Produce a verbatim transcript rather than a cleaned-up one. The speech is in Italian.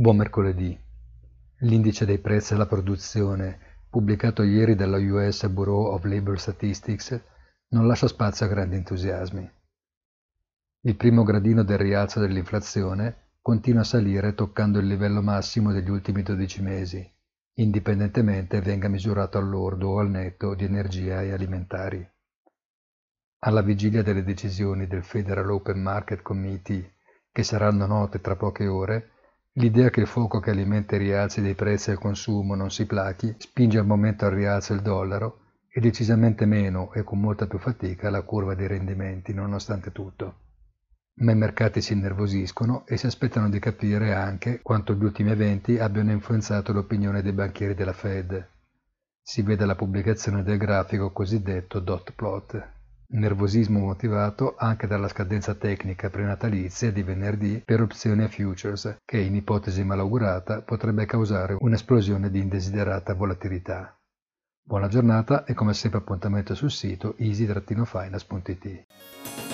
Buon mercoledì. L'indice dei prezzi alla produzione, pubblicato ieri dalla U S Bureau of Labor Statistics, non lascia spazio a grandi entusiasmi. Il primo gradino del rialzo dell'inflazione continua a salire toccando il livello massimo degli ultimi dodici mesi, indipendentemente venga misurato al lordo o al netto di energia e alimentari. Alla vigilia delle decisioni del Federal Open Market Committee, che saranno note tra poche ore, l'idea che il fuoco che alimenta i rialzi dei prezzi al consumo non si plachi spinge al momento al rialzo il dollaro e decisamente meno e con molta più fatica la curva dei rendimenti, nonostante tutto. Ma i mercati si innervosiscono e si aspettano di capire anche quanto gli ultimi eventi abbiano influenzato l'opinione dei banchieri della Fed. Si vede la pubblicazione del grafico cosiddetto dot plot. Nervosismo motivato anche dalla scadenza tecnica prenatalizia di venerdì per opzioni a futures, che in ipotesi malaugurata potrebbe causare un'esplosione di indesiderata volatilità. Buona giornata e come sempre appuntamento sul sito easy-finance punto it.